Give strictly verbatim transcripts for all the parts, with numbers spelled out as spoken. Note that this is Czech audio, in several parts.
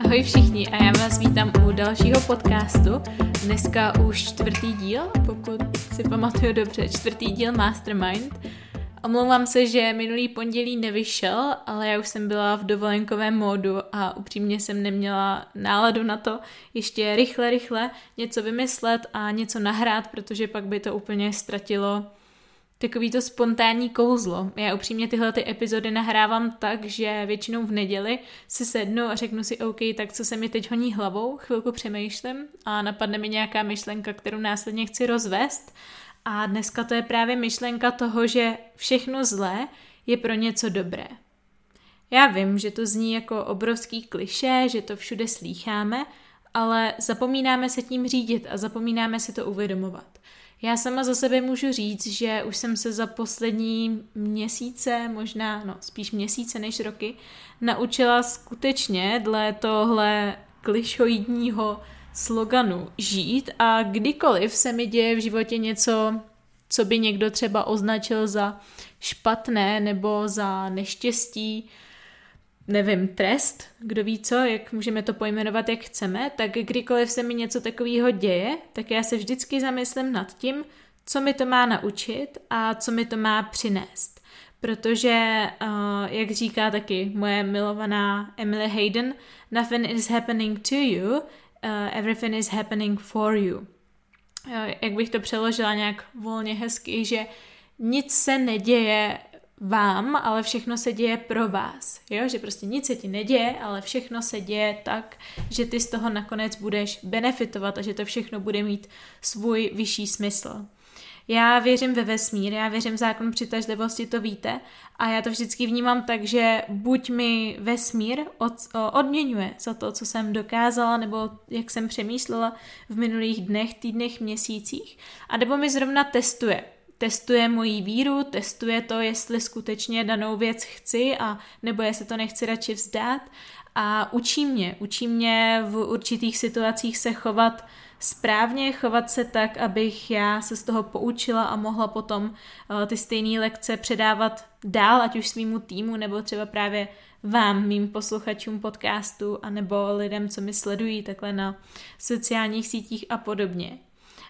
Ahoj všichni a já vás vítám u dalšího podcastu. Dneska už čtvrtý díl, pokud si pamatuju dobře, čtvrtý díl Mastermind. Omlouvám se, že minulý pondělí nevyšel, ale já už jsem byla v dovolenkovém módu a upřímně jsem neměla náladu na to ještě rychle, rychle něco vymyslet a něco nahrát, protože pak by to úplně ztratilo takový to spontánní kouzlo. Já upřímně tyhle ty epizody nahrávám tak, že většinou v neděli si sednu a řeknu si OK, tak co se mi teď honí hlavou, chvilku přemýšlím a napadne mi nějaká myšlenka, kterou následně chci rozvést. A dneska to je právě myšlenka toho, že všechno zlé je pro něco dobré. Já vím, že to zní jako obrovský klišé, že to všude slýcháme, ale zapomínáme se tím řídit a zapomínáme si to uvědomovat. Já sama za sebe můžu říct, že už jsem se za poslední měsíce, možná no, spíš měsíce než roky, naučila skutečně dle tohle klišoidního sloganu žít a kdykoliv se mi děje v životě něco, co by někdo třeba označil za špatné nebo za neštěstí, nevím, trest, kdo ví co, jak můžeme to pojmenovat, jak chceme, tak kdykoliv se mi něco takového děje, tak já se vždycky zamyslím nad tím, co mi to má naučit a co mi to má přinést. Protože, uh, jak říká taky moje milovaná Emily Hayden, nothing is happening to you, uh, everything is happening for you. Uh, jak bych to přeložila nějak volně hezky, že nic se neděje vám, ale všechno se děje pro vás. Jo? Že prostě nic se ti neděje, ale všechno se děje tak, že ty z toho nakonec budeš benefitovat a že to všechno bude mít svůj vyšší smysl. Já věřím ve vesmír, já věřím v zákon přitažlivosti, to víte, a já to vždycky vnímám tak, že buď mi vesmír od, odměňuje za to, co jsem dokázala, nebo jak jsem přemýšlela v minulých dnech, týdnech, měsících, a nebo mi zrovna testuje. Testuje moji víru, testuje to, jestli skutečně danou věc chci a nebo jestli to nechci radši vzdát a učí mě, učí mě v určitých situacích se chovat správně, chovat se tak, abych já se z toho poučila a mohla potom uh, ty stejné lekce předávat dál, ať už svýmu týmu nebo třeba právě vám, mým posluchačům podcastu a nebo lidem, co mi sledují takhle na sociálních sítích a podobně.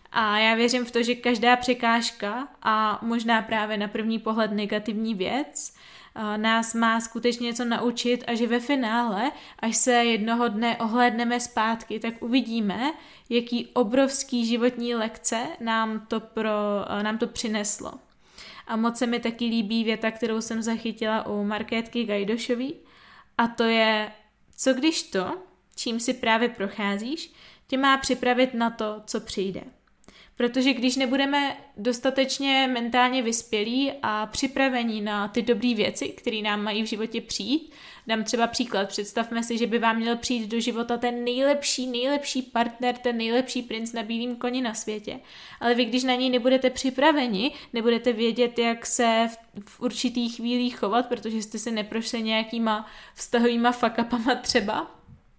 A já věřím v to, že každá překážka a možná právě na první pohled negativní věc nás má skutečně něco naučit a že ve finále, až se jednoho dne ohlédneme zpátky, tak uvidíme, jaký obrovský životní lekce nám to, pro, nám to přineslo. A moc se mi taky líbí věta, kterou jsem zachytila u Markétky Gajdošové, a to je, co když to, čím si právě procházíš, tě má připravit na to, co přijde. Protože když nebudeme dostatečně mentálně vyspělí a připravení na ty dobré věci, které nám mají v životě přijít, dám třeba příklad, představme si, že by vám měl přijít do života ten nejlepší, nejlepší partner, ten nejlepší princ na bílém koni na světě. Ale vy, když na něj nebudete připraveni, nebudete vědět, jak se v, v určitých chvílích chovat, protože jste si neprošli nějakýma vztahovýma fuck-upama třeba,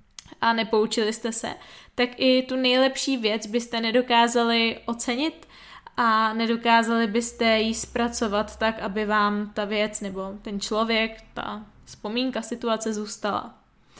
a nepoučili jste se, tak i tu nejlepší věc byste nedokázali ocenit a nedokázali byste ji zpracovat tak, aby vám ta věc nebo ten člověk, ta vzpomínka, situace zůstala.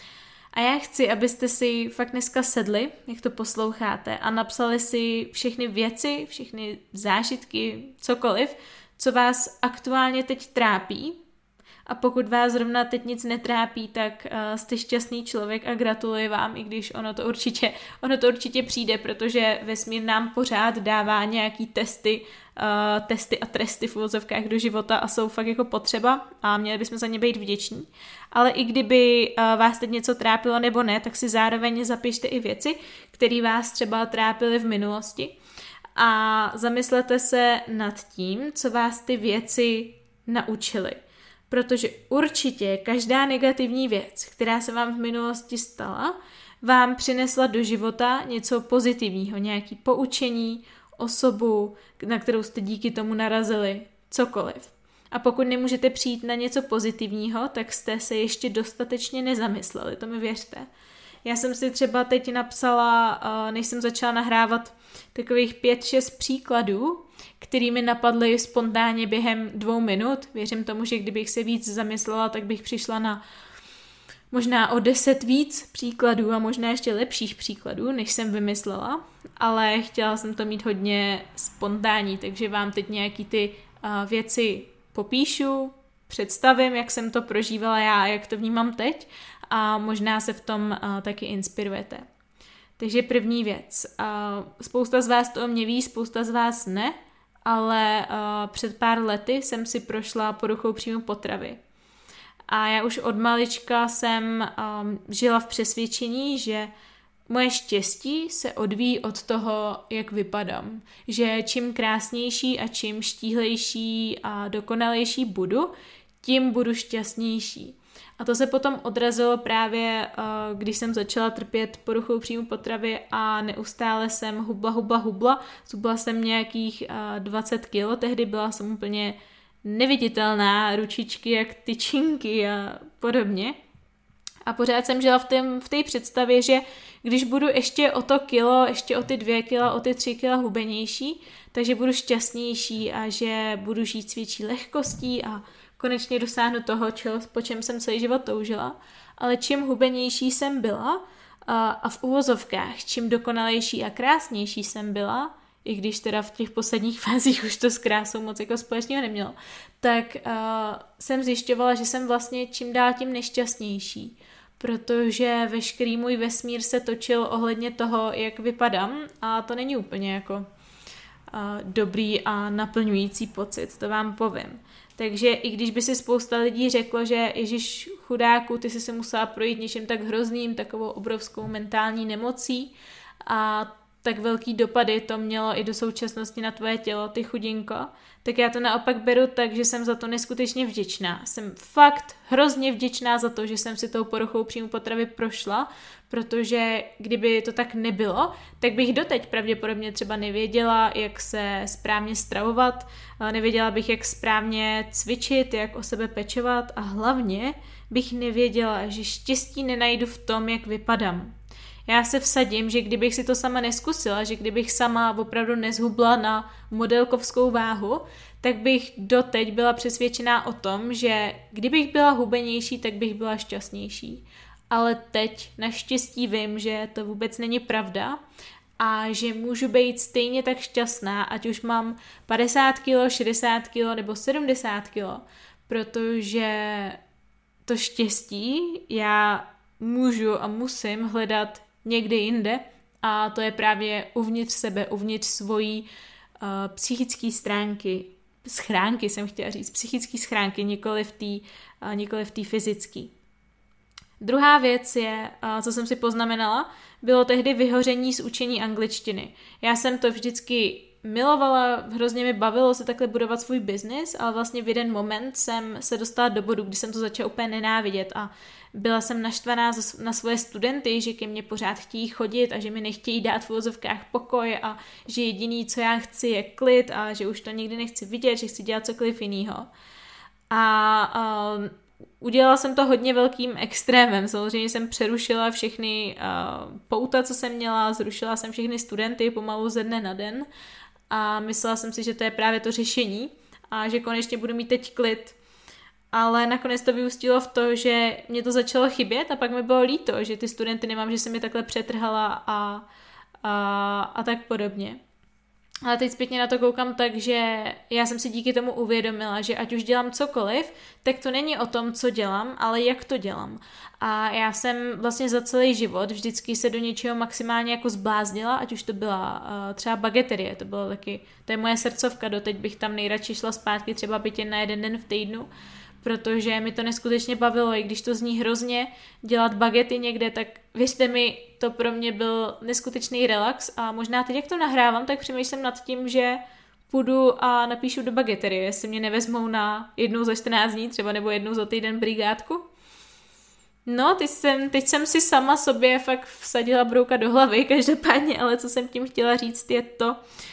A já chci, abyste si fakt dneska sedli, jak to posloucháte, a napsali si všechny věci, všechny zážitky, cokoliv, co vás aktuálně teď trápí. A pokud vás zrovna teď nic netrápí, tak uh, jste šťastný člověk a gratuluji vám, i když ono to určitě, ono to určitě přijde, protože vesmír nám pořád dává nějaký testy, uh, testy a tresty v uvozovkách do života a jsou fakt jako potřeba a měli bychom za ně být vděční. Ale i kdyby uh, vás teď něco trápilo nebo ne, tak si zároveň zapište i věci, které vás třeba trápily v minulosti a zamyslete se nad tím, co vás ty věci naučily. Protože určitě každá negativní věc, která se vám v minulosti stala, vám přinesla do života něco pozitivního, nějaké poučení, osobu, na kterou jste díky tomu narazili, cokoliv. A pokud nemůžete přijít na něco pozitivního, tak jste se ještě dostatečně nezamysleli, to mi věřte. Já jsem si třeba teď napsala, než jsem začala nahrávat, takových pět, šest příkladů, který mi napadly spontánně během dvou minut. Věřím tomu, že kdybych se víc zamyslela, tak bych přišla na možná o deset víc příkladů a možná ještě lepších příkladů, než jsem vymyslela, ale chtěla jsem to mít hodně spontánní, takže vám teď nějaký ty uh, věci popíšu, představím, jak jsem to prožívala já a jak to vnímám teď a možná se v tom uh, taky inspirujete. Takže první věc. Uh, spousta z vás to o mě ví, spousta z vás ne, ale uh, před pár lety jsem si prošla poruchou příjmu potravy. A já už od malička jsem um, žila v přesvědčení, že moje štěstí se odvíjí od toho, jak vypadám. Že čím krásnější a čím štíhlejší a dokonalejší budu, tím budu šťastnější. A to se potom odrazilo právě, uh, když jsem začala trpět poruchou příjmu potravy a neustále jsem hubla, hubla, hubla. Zhubla jsem nějakých uh, dvacet kilo, tehdy byla jsem úplně neviditelná, ručičky jak tyčinky a podobně. A pořád jsem žila v té v té představě, že když budu ještě o to kilo, ještě o ty dvě kila, o ty tři kila hubenější, takže budu šťastnější a že budu žít s větší lehkostí a konečně dosáhnu toho, čeho, po čem jsem celý život toužila. Ale čím hubenější jsem byla a, a v uvozovkách, čím dokonalejší a krásnější jsem byla, i když teda v těch posledních fázích už to s krásou moc jako společného nemělo, tak uh, jsem zjišťovala, že jsem vlastně čím dál tím nešťastnější, protože veškerý můj vesmír se točil ohledně toho, jak vypadám a to není úplně jako uh, dobrý a naplňující pocit, to vám povím. Takže i když by si spousta lidí řeklo, že ježiš chudáku, ty jsi se musela projít něčím tak hrozným, takovou obrovskou mentální nemocí a tak velký dopady to mělo i do současnosti na tvoje tělo, ty chudinko, tak já to naopak beru tak, že jsem za to neskutečně vděčná. Jsem fakt hrozně vděčná za to, že jsem si tou poruchou příjmu potravy prošla, protože kdyby to tak nebylo, tak bych doteď pravděpodobně třeba nevěděla, jak se správně stravovat, nevěděla bych, jak správně cvičit, jak o sebe pečovat a hlavně bych nevěděla, že štěstí nenajdu v tom, jak vypadám. Já se vsadím, že kdybych si to sama neskusila, že kdybych sama opravdu nezhubla na modelkovskou váhu, tak bych doteď byla přesvědčená o tom, že kdybych byla hubenější, tak bych byla šťastnější. Ale teď naštěstí vím, že to vůbec není pravda a že můžu být stejně tak šťastná, ať už mám padesát kilo, šedesát kilo nebo sedmdesát kilo, protože to štěstí já můžu a musím hledat někde jinde a to je právě uvnitř sebe, uvnitř svojí uh, psychické stránky, schránky jsem chtěla říct, psychické schránky, nikoli v té uh, nikoli v té fyzické. Druhá věc je, uh, co jsem si poznamenala, bylo tehdy vyhoření z učení angličtiny. Já jsem to vždycky milovala, hrozně mi bavilo se takhle budovat svůj biznis, ale vlastně v jeden moment jsem se dostala do bodu, kdy jsem to začala úplně nenávidět a byla jsem naštvaná na svoje studenty, že ke mně pořád chtějí chodit a že mi nechtějí dát v uvozovkách pokoj a že jediný, co já chci, je klid a že už to nikdy nechci vidět, že chci dělat cokoliv jinýho. A, a udělala jsem to hodně velkým extrémem. Samozřejmě jsem přerušila všechny uh, pouta, co jsem měla, zrušila jsem všechny studenty pomalu ze dne na den a myslela jsem si, že to je právě to řešení a že konečně budu mít teď klid. Ale nakonec to vyústilo v to, že mě to začalo chybět a pak mi bylo líto, že ty studenty nemám, že jsem je takhle přetrhala a, a, a tak podobně. Ale teď zpětně na to koukám tak, že já jsem si díky tomu uvědomila, že ať už dělám cokoliv, tak to není o tom, co dělám, ale jak to dělám. A já jsem vlastně za celý život vždycky se do něčeho maximálně jako zbláznila, ať už to byla uh, třeba bageterie, to bylo taky, to je moje srdcovka, doteď bych tam nejradši šla zpátky třeba byť jen na jeden den v týdnu, protože mi to neskutečně bavilo, i když to zní hrozně dělat bagety někde, tak věřte mi, to pro mě byl neskutečný relax a možná teď, jak to nahrávám, tak přemýšlím nad tím, že půjdu a napíšu do bageterie, jestli mě nevezmou na jednou za čtrnáct dní třeba nebo jednou za týden brigádku. No, teď jsem, teď jsem si sama sobě fakt vsadila brouka do hlavy, každopádně, ale co jsem tím chtěla říct je to,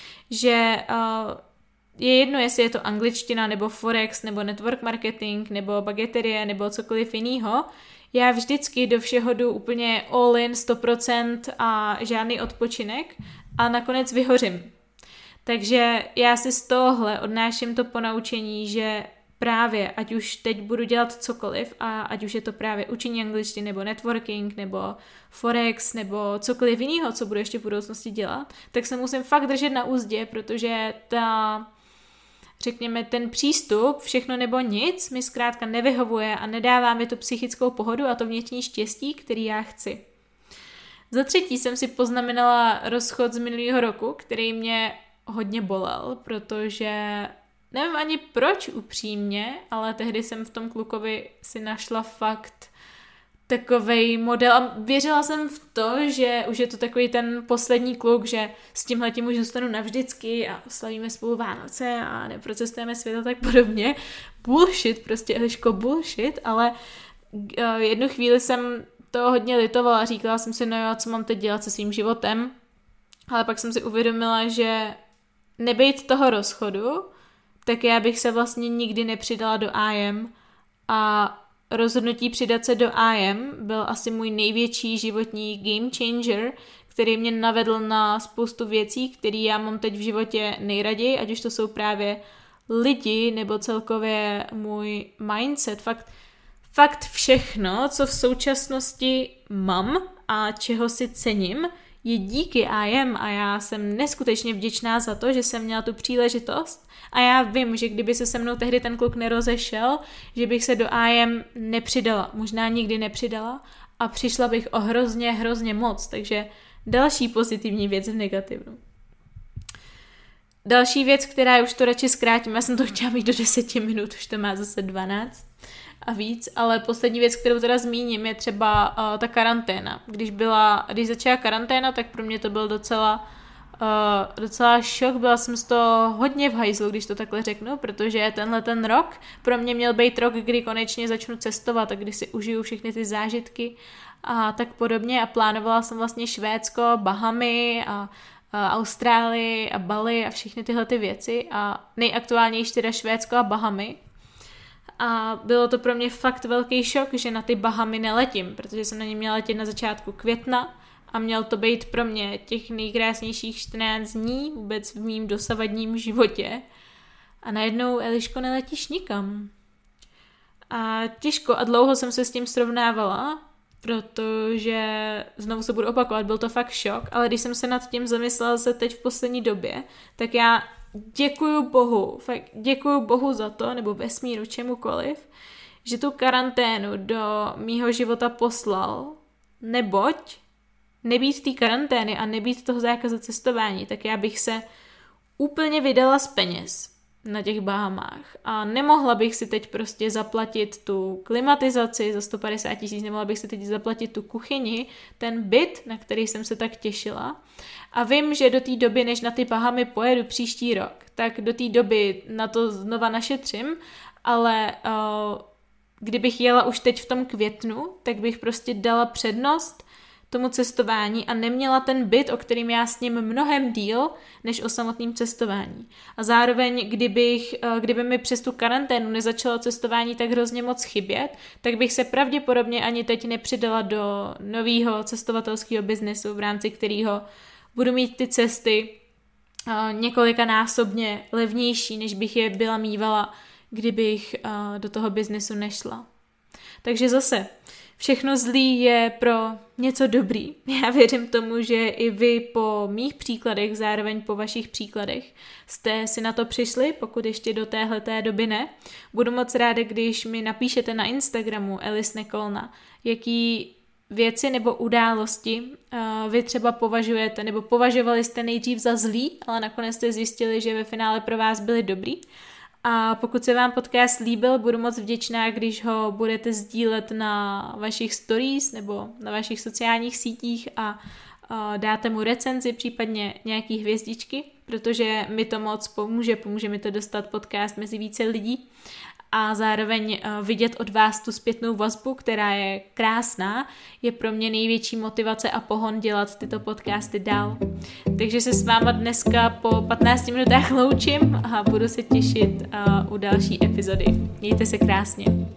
že uh, je jedno, jestli je to angličtina, nebo forex, nebo network marketing, nebo bageterie, nebo cokoliv jinýho. Já vždycky do všeho jdu úplně all in, sto procent a žádný odpočinek a nakonec vyhořím. Takže já si z tohohle odnáším to ponaučení, že právě, ať už teď budu dělat cokoliv a ať už je to právě učení angličtiny nebo networking nebo forex nebo cokoliv jiného, co budu ještě v budoucnosti dělat, tak se musím fakt držet na úzdě, protože ta, řekněme, ten přístup všechno nebo nic mi zkrátka nevyhovuje a nedává mi tu psychickou pohodu a to vnitřní štěstí, který já chci. Za třetí jsem si poznamenala rozchod z minulého roku, který mě hodně bolel, protože nevím ani proč upřímně, ale tehdy jsem v tom klukovi si našla fakt takovej model a věřila jsem v to, že už je to takový ten poslední kluk, že s tímhletím už zůstanu navždycky a slavíme spolu Vánoce a neprocestujeme svět a tak podobně. Bullshit, prostě Eliško, bullshit, ale jednu chvíli jsem to hodně litovala, říkala jsem si, no jo, co mám teď dělat se svým životem, ale pak jsem si uvědomila, že nebejt toho rozchodu, tak já bych se vlastně nikdy nepřidala do I M a rozhodnutí přidat se do I M byl asi můj největší životní game changer, který mě navedl na spoustu věcí, které já mám teď v životě nejraději, ať už to jsou právě lidi nebo celkově můj mindset. Fakt, fakt všechno, co v současnosti mám a čeho si cením, je díky I M a já jsem neskutečně vděčná za to, že jsem měla tu příležitost a já vím, že kdyby se se mnou tehdy ten kluk nerozešel, že bych se do I M nepřidala, možná nikdy nepřidala a přišla bych o hrozně, hrozně moc, takže další pozitivní věc v negativnu. Další věc, která už to radši zkrátím, já jsem to chtěla mít do deseti minut, už to má zase dvanáct a víc, ale poslední věc, kterou teda zmíním, je třeba uh, ta karanténa. Když byla, když začala karanténa, tak pro mě to byl docela, uh, docela šok, byla jsem z toho hodně v hajzlu, když to takhle řeknu, protože tenhle ten rok pro mě měl být rok, kdy konečně začnu cestovat a kdy si užiju všechny ty zážitky a tak podobně a plánovala jsem vlastně Švédsko, Bahamy a Austrálii a Bali a všechny tyhle ty věci a nejaktuálnější teda Švédsko a Bahamy. A bylo to pro mě fakt velký šok, že na ty Bahamy neletím, protože jsem na ně měla letět na začátku května a měl to být pro mě těch nejkrásnějších čtrnáct dní vůbec v mým dosavadním životě. A najednou, Eliško, neletíš nikam. A těžko a dlouho jsem se s tím srovnávala, protože znovu se budu opakovat, byl to fakt šok, ale když jsem se nad tím zamyslela se teď v poslední době, tak já děkuju Bohu, fakt děkuju Bohu za to, nebo vesmíru, čemukoliv, že tu karanténu do mýho života poslal, neboť nebýt té karantény a nebýt toho zákazu cestování, tak já bych se úplně vydala z peněz na těch Bahamách a nemohla bych si teď prostě zaplatit tu klimatizaci za sto padesát tisíc, nemohla bych si teď zaplatit tu kuchyni, ten byt, na který jsem se tak těšila a vím, že do té doby, než na ty Bahamy pojedu příští rok, tak do té doby na to znova našetřím, ale uh, kdybych jela už teď v tom květnu, tak bych prostě dala přednost tomu cestování a neměla ten byt, o kterým já s ním mnohem díl, než o samotném cestování. A zároveň, kdybych, kdyby mi přes tu karanténu nezačalo cestování tak hrozně moc chybět, tak bych se pravděpodobně ani teď nepřidala do nového cestovatelského biznesu, v rámci kterého budu mít ty cesty několikanásobně levnější, než bych je byla mívala, kdybych do toho biznesu nešla. Takže zase, všechno zlý je pro něco dobrý. Já věřím tomu, že i vy po mých příkladech, zároveň po vašich příkladech, jste si na to přišli, pokud ještě do téhleté doby ne. Budu moc ráda, když mi napíšete na Instagramu Elis Nekolna, jaký věci nebo události uh, vy třeba považujete, nebo považovali jste nejdřív za zlý, ale nakonec jste zjistili, že ve finále pro vás byly dobrý. A pokud se vám podcast líbil, budu moc vděčná, když ho budete sdílet na vašich stories nebo na vašich sociálních sítích a, a dáte mu recenzi, případně nějaký hvězdičky, protože mi to moc pomůže, pomůže mi to dostat podcast mezi více lidí a zároveň vidět od vás tu zpětnou vazbu, která je krásná, je pro mě největší motivace a pohon dělat tyto podcasty dál. Takže se s váma dneska po patnácti minutách loučím a budu se těšit u další epizody. Mějte se krásně.